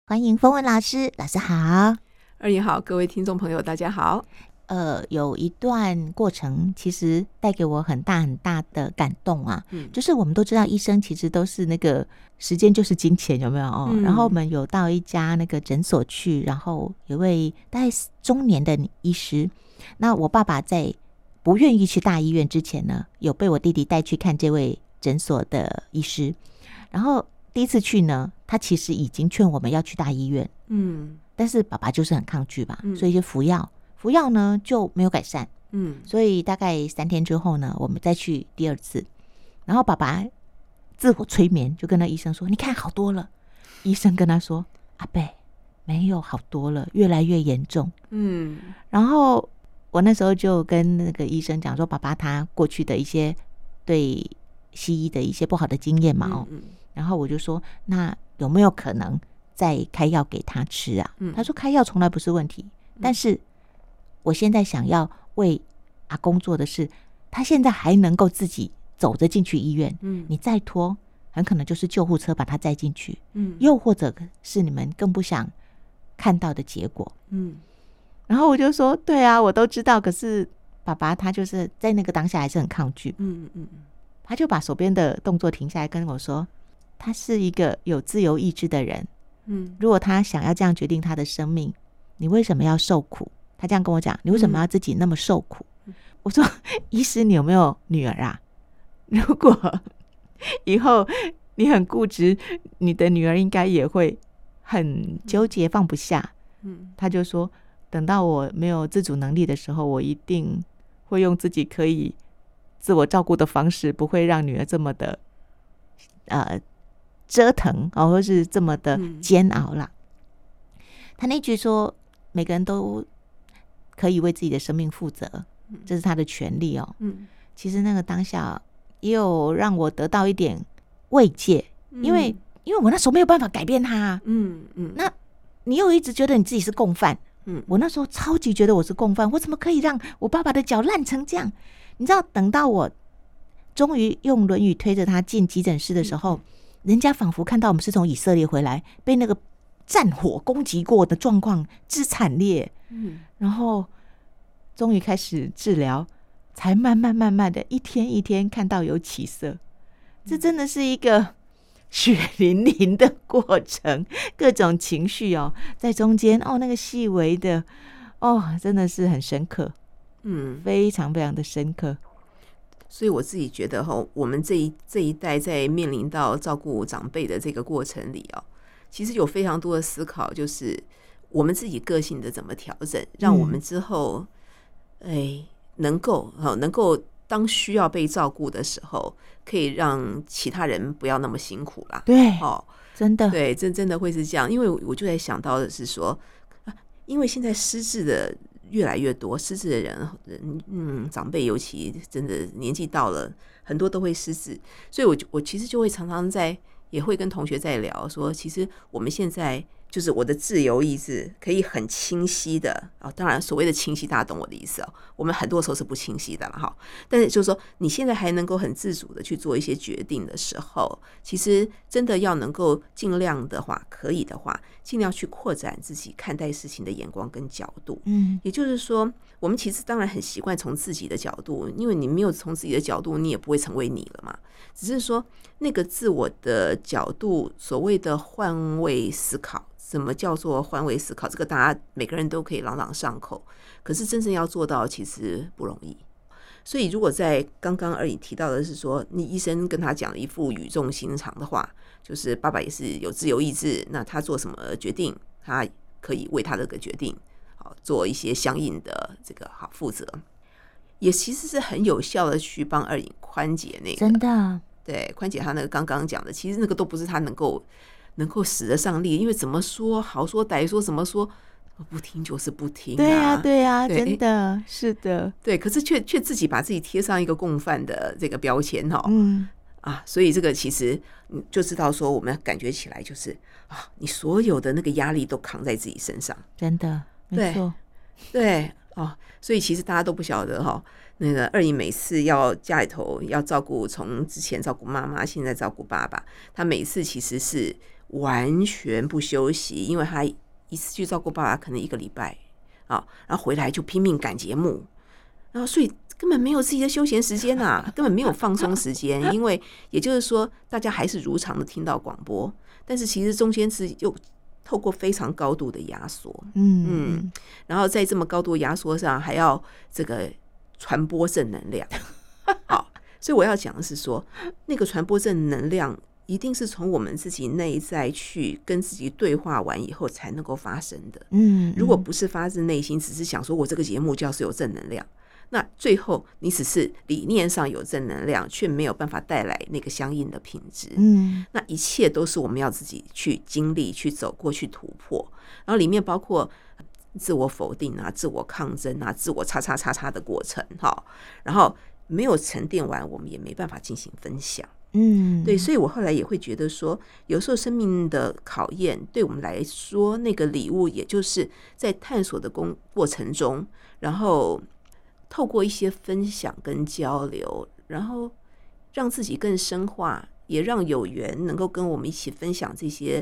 欢迎风文老师，老师好。 二姨好，各位听众朋友大家好。 有一段过程其实带给我很大很大的感动啊，就是我们都知道医生其实都是那个时间就是金钱，有没有然后我们有到一家那个诊所去，然后有位大概中年的医师，那我爸爸在不愿意去大医院之前呢，有被我弟弟带去看这位诊所的医师，然后第一次去呢，他其实已经劝我们要去大医院，但是爸爸就是很抗拒吧，所以就服药呢就没有改善，所以大概3天之后呢，我们再去第二次，然后爸爸自我催眠，就跟那医生说：“你看好多了。”医生跟他说：“阿伯，没有好多了，越来越严重。”然后我那时候就跟那个医生讲说，爸爸他过去的一些对西医的一些不好的经验嘛，然后我就说，那有没有可能再开药给他吃啊？他说开药从来不是问题，但是我现在想要为阿公做的是，他现在还能够自己走着进去医院，你再拖，很可能就是救护车把他载进去，又或者是你们更不想看到的结果。然后我就说，对啊，我都知道，可是爸爸他就是在那个当下还是很抗拒。他就把手边的动作停下来跟我说，他是一个有自由意志的人，如果他想要这样决定他的生命，你为什么要受苦？他这样跟我讲，你为什么要自己那么受苦？我说，医师你有没有女儿啊？如果以后你很固执，你的女儿应该也会很纠结放不下。他就说，等到我没有自主能力的时候，我一定会用自己可以自我照顾的方式，不会让女儿这么的折腾或是这么的煎熬啦。他那句说，每个人都可以为自己的生命负责，这是他的权利其实那个当下也有让我得到一点慰藉，因为我那时候没有办法改变他那你又一直觉得你自己是共犯，我那时候超级觉得我是共犯，我怎么可以让我爸爸的脚烂成这样？你知道，等到我终于用轮椅推着他进急诊室的时候，人家仿佛看到我们是从以色列回来，被那个战火攻击过的状况之惨烈，然后终于开始治疗，才慢慢的一天一天看到有起色。这真的是一个血淋淋的过程，各种情绪在中间那个细微的真的是很深刻，非常非常的深刻。 所以我自己觉得我们这一代在面临到照顾长辈的这个过程里其实有非常多的思考，就是我们自己个性的怎么调整，让我们之后能够当需要被照顾的时候，可以让其他人不要那么辛苦啦。 对真的对，真的会是这样。因为我就在想到的是说，因为现在失智的越来越多，失智的人长辈尤其真的年纪到了，很多都会失智，所以我其实就会常常也会跟同学在聊说，其实我们现在就是我的自由意志可以很清晰的当然所谓的清晰大家懂我的意思我们很多时候是不清晰的了但是就是说你现在还能够很自主的去做一些决定的时候，其实真的要能够尽量的话，可以的话尽量去扩展自己看待事情的眼光跟角度。也就是说我们其实当然很习惯从自己的角度，因为你没有从自己的角度，你也不会成为你了嘛。只是说那个自我的角度，所谓的换位思考，什么叫做换位思考？这个大家每个人都可以朗朗上口，可是真正要做到其实不容易。所以如果在刚刚而已提到的是说，你医生跟他讲了一副语重心长的话，就是爸爸也是有自由意志，那他做什么决定，他可以为他这个决定做一些相应的这个负责，也其实是很有效的去帮二颖宽解那个， 真的对，宽解他那个刚刚讲的，其实那个都不是他能够使得上力，因为怎么说好说歹说怎么说不听就是不听对啊，真的是的， 对，可是却自己把自己贴上一个共犯的这个标签所以这个其实你就知道说，我们感觉起来就是你所有的那个压力都扛在自己身上， 真的没错， 对所以其实大家都不晓得那个二姨每次要家里头要照顾，从之前照顾妈妈，现在照顾爸爸，他每次其实是完全不休息，因为他一次去照顾爸爸可能1个礼拜啊，然后回来就拼命赶节目，然后所以根本没有自己的休闲时间啊，根本没有放松时间。因为也就是说，大家还是如常的听到广播，但是其实中间是又透过非常高度的压缩，然后在这么高度压缩上还要这个传播正能量。好，所以我要讲的是说，那个传播正能量一定是从我们自己内在去跟自己对话完以后才能够发生的。如果不是发自内心，只是想说我这个节目就是有正能量，那最后你只是理念上有正能量，却没有办法带来那个相应的品质。那一切都是我们要自己去经历、去走过去突破，然后里面包括自我否定啊、自我抗争啊、自我叉叉叉叉的过程。然后没有沉淀完，我们也没办法进行分享。对，所以我后来也会觉得说，有时候生命的考验对我们来说，那个礼物也就是在探索的过程中，然后透过一些分享跟交流，然后让自己更深化，也让有缘能够跟我们一起分享这些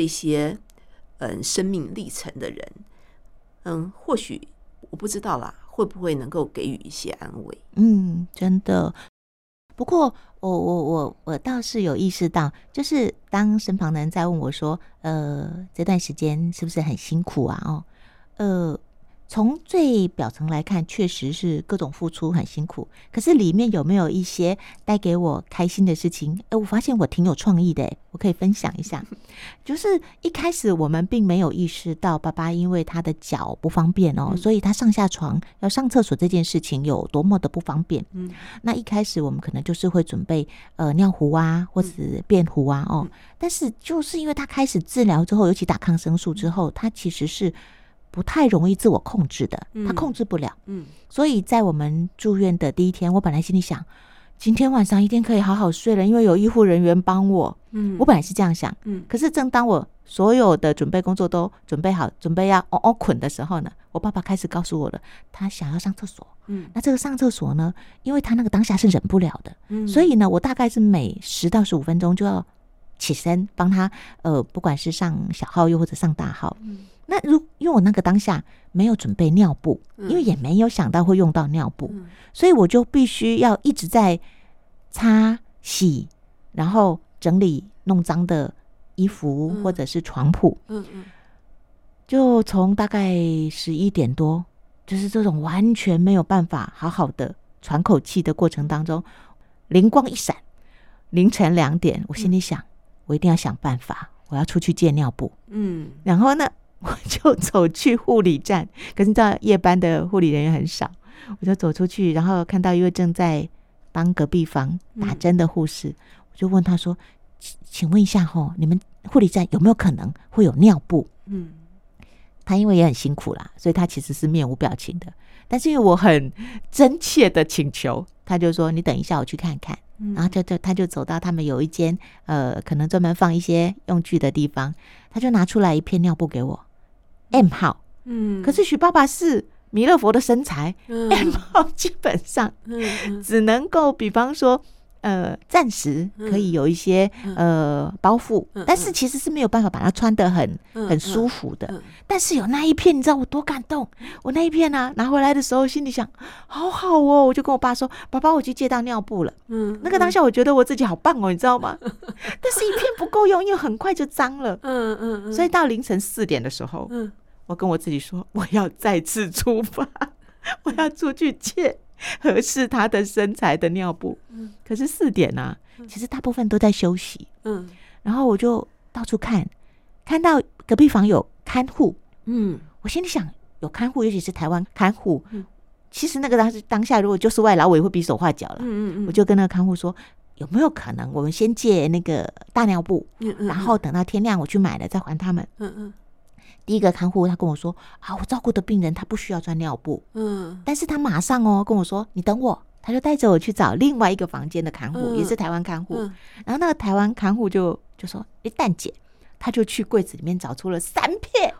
生命历程的人，或许我不知道啦，会不会能够给予一些安慰。 真的。不过我倒是有意识到，就是当身旁的人在问我说这段时间是不是很辛苦啊？从最表层来看，确实是各种付出很辛苦，可是里面有没有一些带给我开心的事情？我发现我挺有创意的，我可以分享一下。就是一开始我们并没有意识到爸爸因为他的脚不方便所以他上下床要上厕所这件事情有多么的不方便。那一开始我们可能就是会准备尿壶啊，或者是便壶啊但是就是因为他开始治疗之后，尤其打抗生素之后，他其实是不太容易自我控制的，他控制不了。所以在我们住院的第一天，我本来心里想，今天晚上一定可以好好睡了，因为有医护人员帮我。我本来是这样想。可是正当我所有的准备工作都准备好，准备要捆的时候呢，我爸爸开始告诉我了，他想要上厕所。那这个上厕所呢，因为他那个当下是忍不了的，所以呢，我大概是每10到15分钟就要起身帮他不管是上小号又或者上大号。那因为我那个当下没有准备尿布，因为也没有想到会用到尿布，所以我就必须要一直在擦洗，然后整理弄脏的衣服或者是床铺。就从大概11点多，就是这种完全没有办法好好的喘口气的过程当中，灵光一闪，凌晨2点，我心里想，我一定要想办法，我要出去借尿布。然后呢，我就走去护理站，可是你知道夜班的护理人员很少，我就走出去，然后看到一位正在帮隔壁房打针的护士，我就问他说，请问一下你们护理站有没有可能会有尿布？他因为也很辛苦啦，所以他其实是面无表情的，但是因为我很真切的请求，他就说你等一下我去看看。然后他就走到他们有一间可能专门放一些用具的地方，他就拿出来一片尿布给我，M 号。可是许爸爸是弥勒佛的身材，M 号基本上只能够比方说暂时可以有一些包覆，但是其实是没有办法把它穿得很舒服的。但是有那一片，你知道我多感动？我那一片啊拿回来的时候，心里想好好我就跟我爸说，爸爸我去借到尿布了。那个当下我觉得我自己好棒你知道吗？但是一片不够用，因为很快就脏了。所以到凌晨4点的时候，我跟我自己说，我要再次出发，我要出去借合适他的身材的尿布。可是4点啊，其实大部分都在休息。然后我就到处看到隔壁房有看护。我心里想，有看护，尤其是台湾看护，其实那个当下如果就是外劳，我也会比手画脚了。我就跟那个看护说，有没有可能我们先借那个大尿布，然后等到天亮我去买了再还他们。第一个看护他跟我说我照顾的病人他不需要穿尿布。但是他马上跟我说，你等我，他就带着我去找另外一个房间的看护，也是台湾看护。然后那个台湾看护就说，蛋姐，他就去柜子里面找出了3片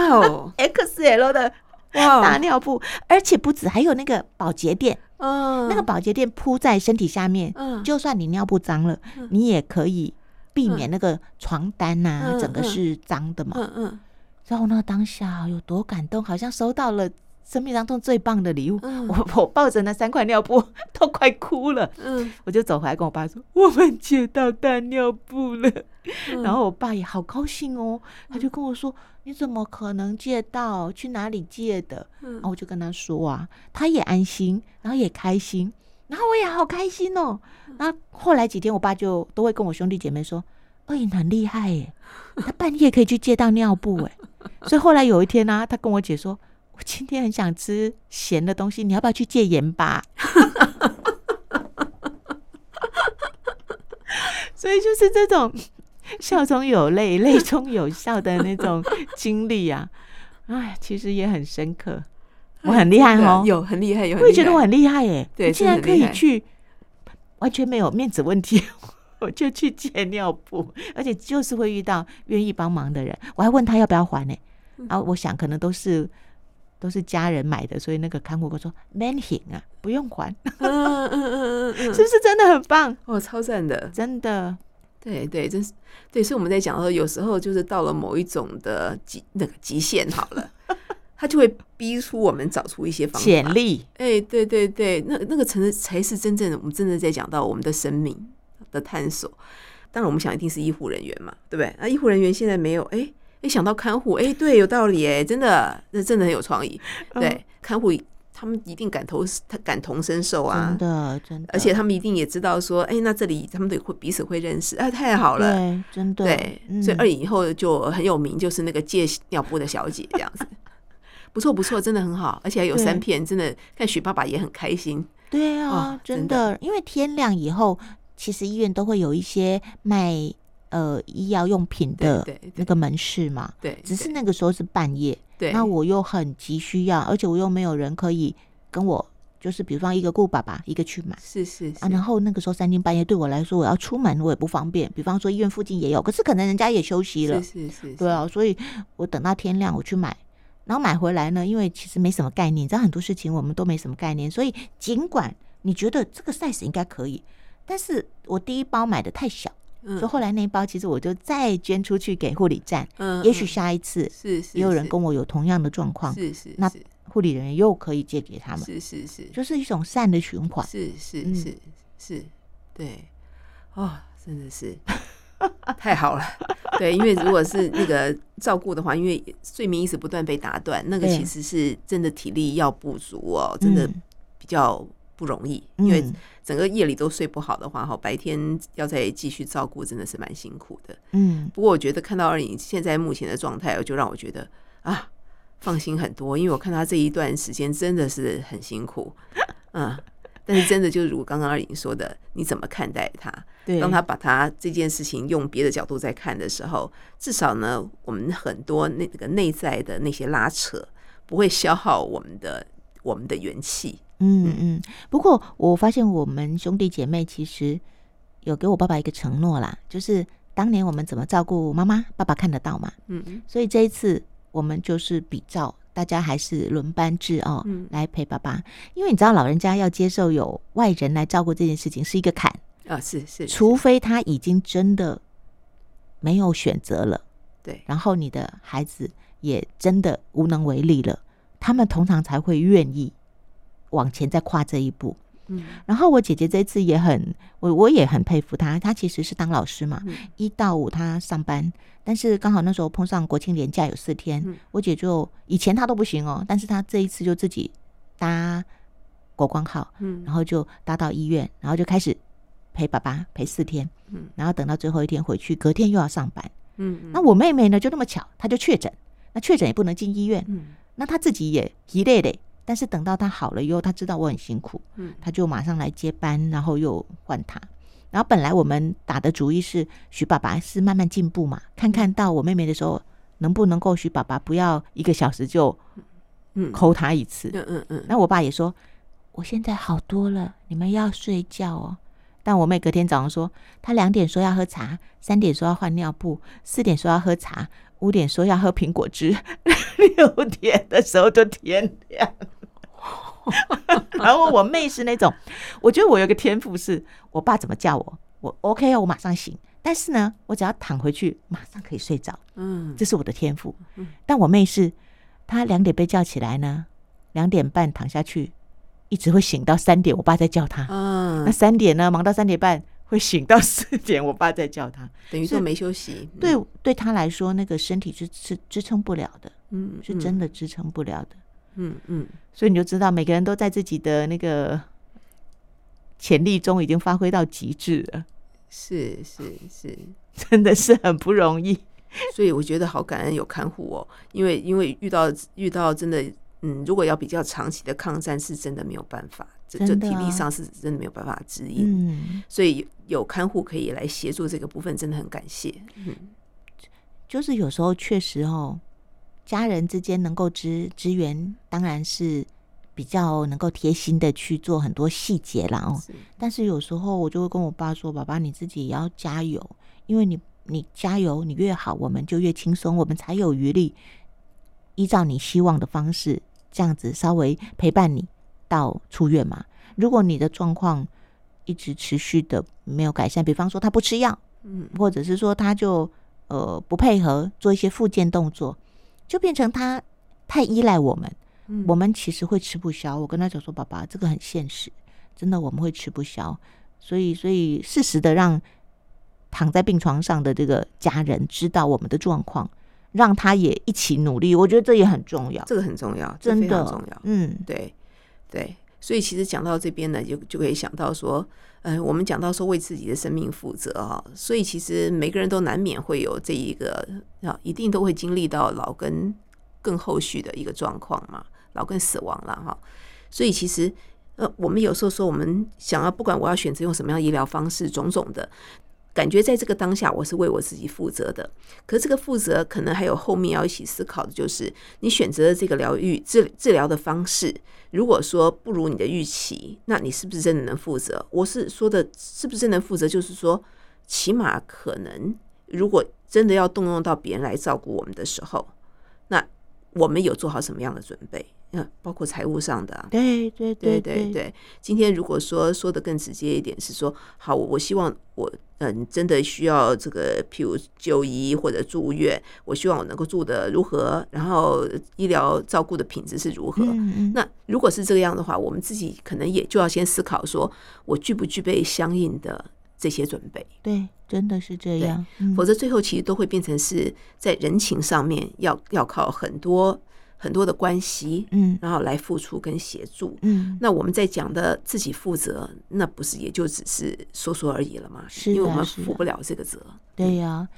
XL 的大尿布，而且不止，还有那个保洁垫。那个保洁垫铺在身体下面，就算你尿布脏了，你也可以避免那个床单啊整个是脏的嘛。然后那当下有多感动，好像收到了生命当中最棒的礼物。我抱着那3块尿布都快哭了。我就走回来跟我爸说，我们借到大尿布了。然后我爸也好高兴哦，他就跟我说，你怎么可能借到？去哪里借的？然后我就跟他说啊，他也安心，然后也开心，然后我也好开心哦。然后后来几天，我爸就都会跟我兄弟姐妹说，二颖很厉害耶，他半夜可以去借到尿布耶。所以后来有一天啊，他跟我姐说，我今天很想吃咸的东西，你要不要去借盐巴？所以就是这种笑中有泪，泪中有笑的那种经历啊，哎，其实也很深刻。我很厉害哦， 有很厉害，有很厉害， 我也觉得我很厉害耶。 对， 竟然可以去，完全没有面子问题，我就去借尿布，而且就是会遇到愿意帮忙的人。我还问他要不要还呢，啊，我想可能都是家人买的，所以那个看护跟我说免还啊，不用还。是不是真的很棒？ 哦，超赞的， 真的。 对对，真是对。所以我们在讲说，有时候就是到了某一种的极限好了，他就会逼出我们找出一些方法潜力。 哎，对对对，那个才是真正的我们真的在讲到我们的生命的探索。当然，我们想一定是医护人员嘛，对不对？那医护人员现在没有，想到看护，对，有道理，真的，那真的很有创意。对，看护他们一定感同身受啊， 真的， 而且他们一定也知道说，那这里他们彼此会认识，太好了， 对，真的， 对，所以二颖以后就很有名，就是那个借尿布的小姐这样子，不错不错，真的很好，而且还有3片，真的看许爸爸也很开心。 对啊，真的，因为天亮以后，其实医院都会有一些卖医药用品的那个门市嘛， 对， 只是那个时候是半夜， 对， 那我又很急需要，而且我又没有人可以跟我，就是比方一个顾爸爸，一个去买， 是啊，然后那个时候3更半夜对我来说，我要出门我也不方便，比方说医院附近也有，可是可能人家也休息了， 是， 对啊，所以我等到天亮我去买，然后买回来呢，因为其实没什么概念，你知道很多事情我们都没什么概念，所以尽管你觉得这个 size 应该可以，但是我第一包买的太小。所以后来那一包其实我就再捐出去给护理站，也许下一次也有人跟我有同样的状况，那护理人员又可以借给他们， 是， 就是一种善的循环， 是，对，哦，真的是太好了，对，因为如果是那个照顾的话，因为睡眠一直不断被打断，那个其实是真的体力要不足哦，真的比较不容易，因为整个夜里都睡不好的话，白天要再继续照顾，真的是蛮辛苦的。不过我觉得看到二颖现在目前的状态，就让我觉得啊，放心很多，因为我看他这一段时间真的是很辛苦，但是真的就如刚刚二颖说的，你怎么看待他？当他把他这件事情用别的角度在看的时候，至少呢，我们很多那个内在的那些拉扯，不会消耗我们的元气。 不过我发现我们兄弟姐妹其实有给我爸爸一个承诺啦，就是当年我们怎么照顾妈妈，爸爸看得到嘛。所以这一次我们就是比照大家还是轮班制来陪爸爸，因为你知道老人家要接受有外人来照顾这件事情是一个坎啊，是， 除非他已经真的没有选择了， 对，然后你的孩子也真的无能为力了，他们通常才会愿意往前再跨这一步。然后我姐姐这一次也我也很佩服她，她其实是当老师嘛，1到5她上班，但是刚好那时候碰上国庆连假有4天，我姐就以前她都不行哦，但是她这一次就自己搭国光号，然后就搭到医院，然后就开始陪爸爸陪4天，然后等到最后一天回去，隔天又要上班。那我妹妹呢就那么巧，她就确诊，那确诊也不能进医院，那她自己也疲累累。但是等到他好了以后，他知道我很辛苦，他就马上来接班，然后又换他。然后本来我们打的主意是许爸爸是慢慢进步嘛，看看到我妹妹的时候，能不能够许爸爸不要1个小时就抠他一次。那我爸也说，我现在好多了，你们要睡觉哦。但我妹隔天早上说，她2点说要喝茶，3点说要换尿布，4点说要喝茶，5点说要喝苹果汁，6点的时候就天亮。然后我妹是那种，我觉得我有个天赋是，我爸怎么叫我 OK 我马上醒， 但是呢，我只要躺回去，马上可以睡着。这是我的天赋。但我妹是，她2点被叫起来呢，2点半躺下去，一直会醒到3点，我爸在叫她。那3点呢，忙到3点半，会醒到4点，我爸在叫她， 等于说没休息。 对她来说，那个身体是支撑不了的，是真的支撑不了的。所以你就知道，每个人都在自己的那个潜力中已经发挥到极致了。 是， 真的是很不容易。 所以我觉得好感恩有看护哦，因为遇到真的，如果要比较长期的抗战，是真的没有办法，这体力上是真的没有办法指引。所以有看护可以来协助这个部分，真的很感谢。 就是有时候确实家人之间能够支援，当然是比较能够贴心的去做很多细节啦但是有时候我就会跟我爸说，爸爸你自己也要加油，因为你加油，你越好，我们就越轻松，我们才有余力依照你希望的方式，这样子稍微陪伴你到出院嘛。如果你的状况一直持续的没有改善，比方说他不吃药，或者是说他就不配合做一些复健动作，就变成他太依赖我们。我们其实会吃不消。我跟他讲说，爸爸这个很现实，真的我们会吃不消，所以适时的让躺在病床上的这个家人知道我们的状况，让他也一起努力，我觉得这也很重要。 这个很重要， 真的非常重要。对，所以其实讲到这边呢，就可以想到说，我们讲到说为自己的生命负责所以其实每个人都难免会有这一个一定都会经历到老跟更后续的一个状况嘛，老跟死亡了所以其实我们有时候说，我们想要不管我要选择用什么样的医疗方式，种种的感觉，在这个当下我是为我自己负责的。可是这个负责可能还有后面要一起思考的，就是你选择的这个疗愈治疗的方式，如果说不如你的预期，那你是不是真的能负责？我是说的是不是真的能负责，就是说起码可能如果真的要动用到别人来照顾我们的时候，那我们有做好什么样的准备？包括财务上的对。 今天如果说的更直接一点，是说好，我希望我真的需要这个，譬如就医或者住院，我希望我能够住的如何，然后医疗照顾的品质是如何。那如果是这个样的话，我们自己可能也就要先思考说，我具不具备相应的这些准备。 对，真的是这样。 否则最后其实都会变成是在人情上面要靠很多的关系，然后来付出跟协助。那我们在讲的自己负责，那不是也就只是说说而已了吗？因为我们负不了这个责。 对呀。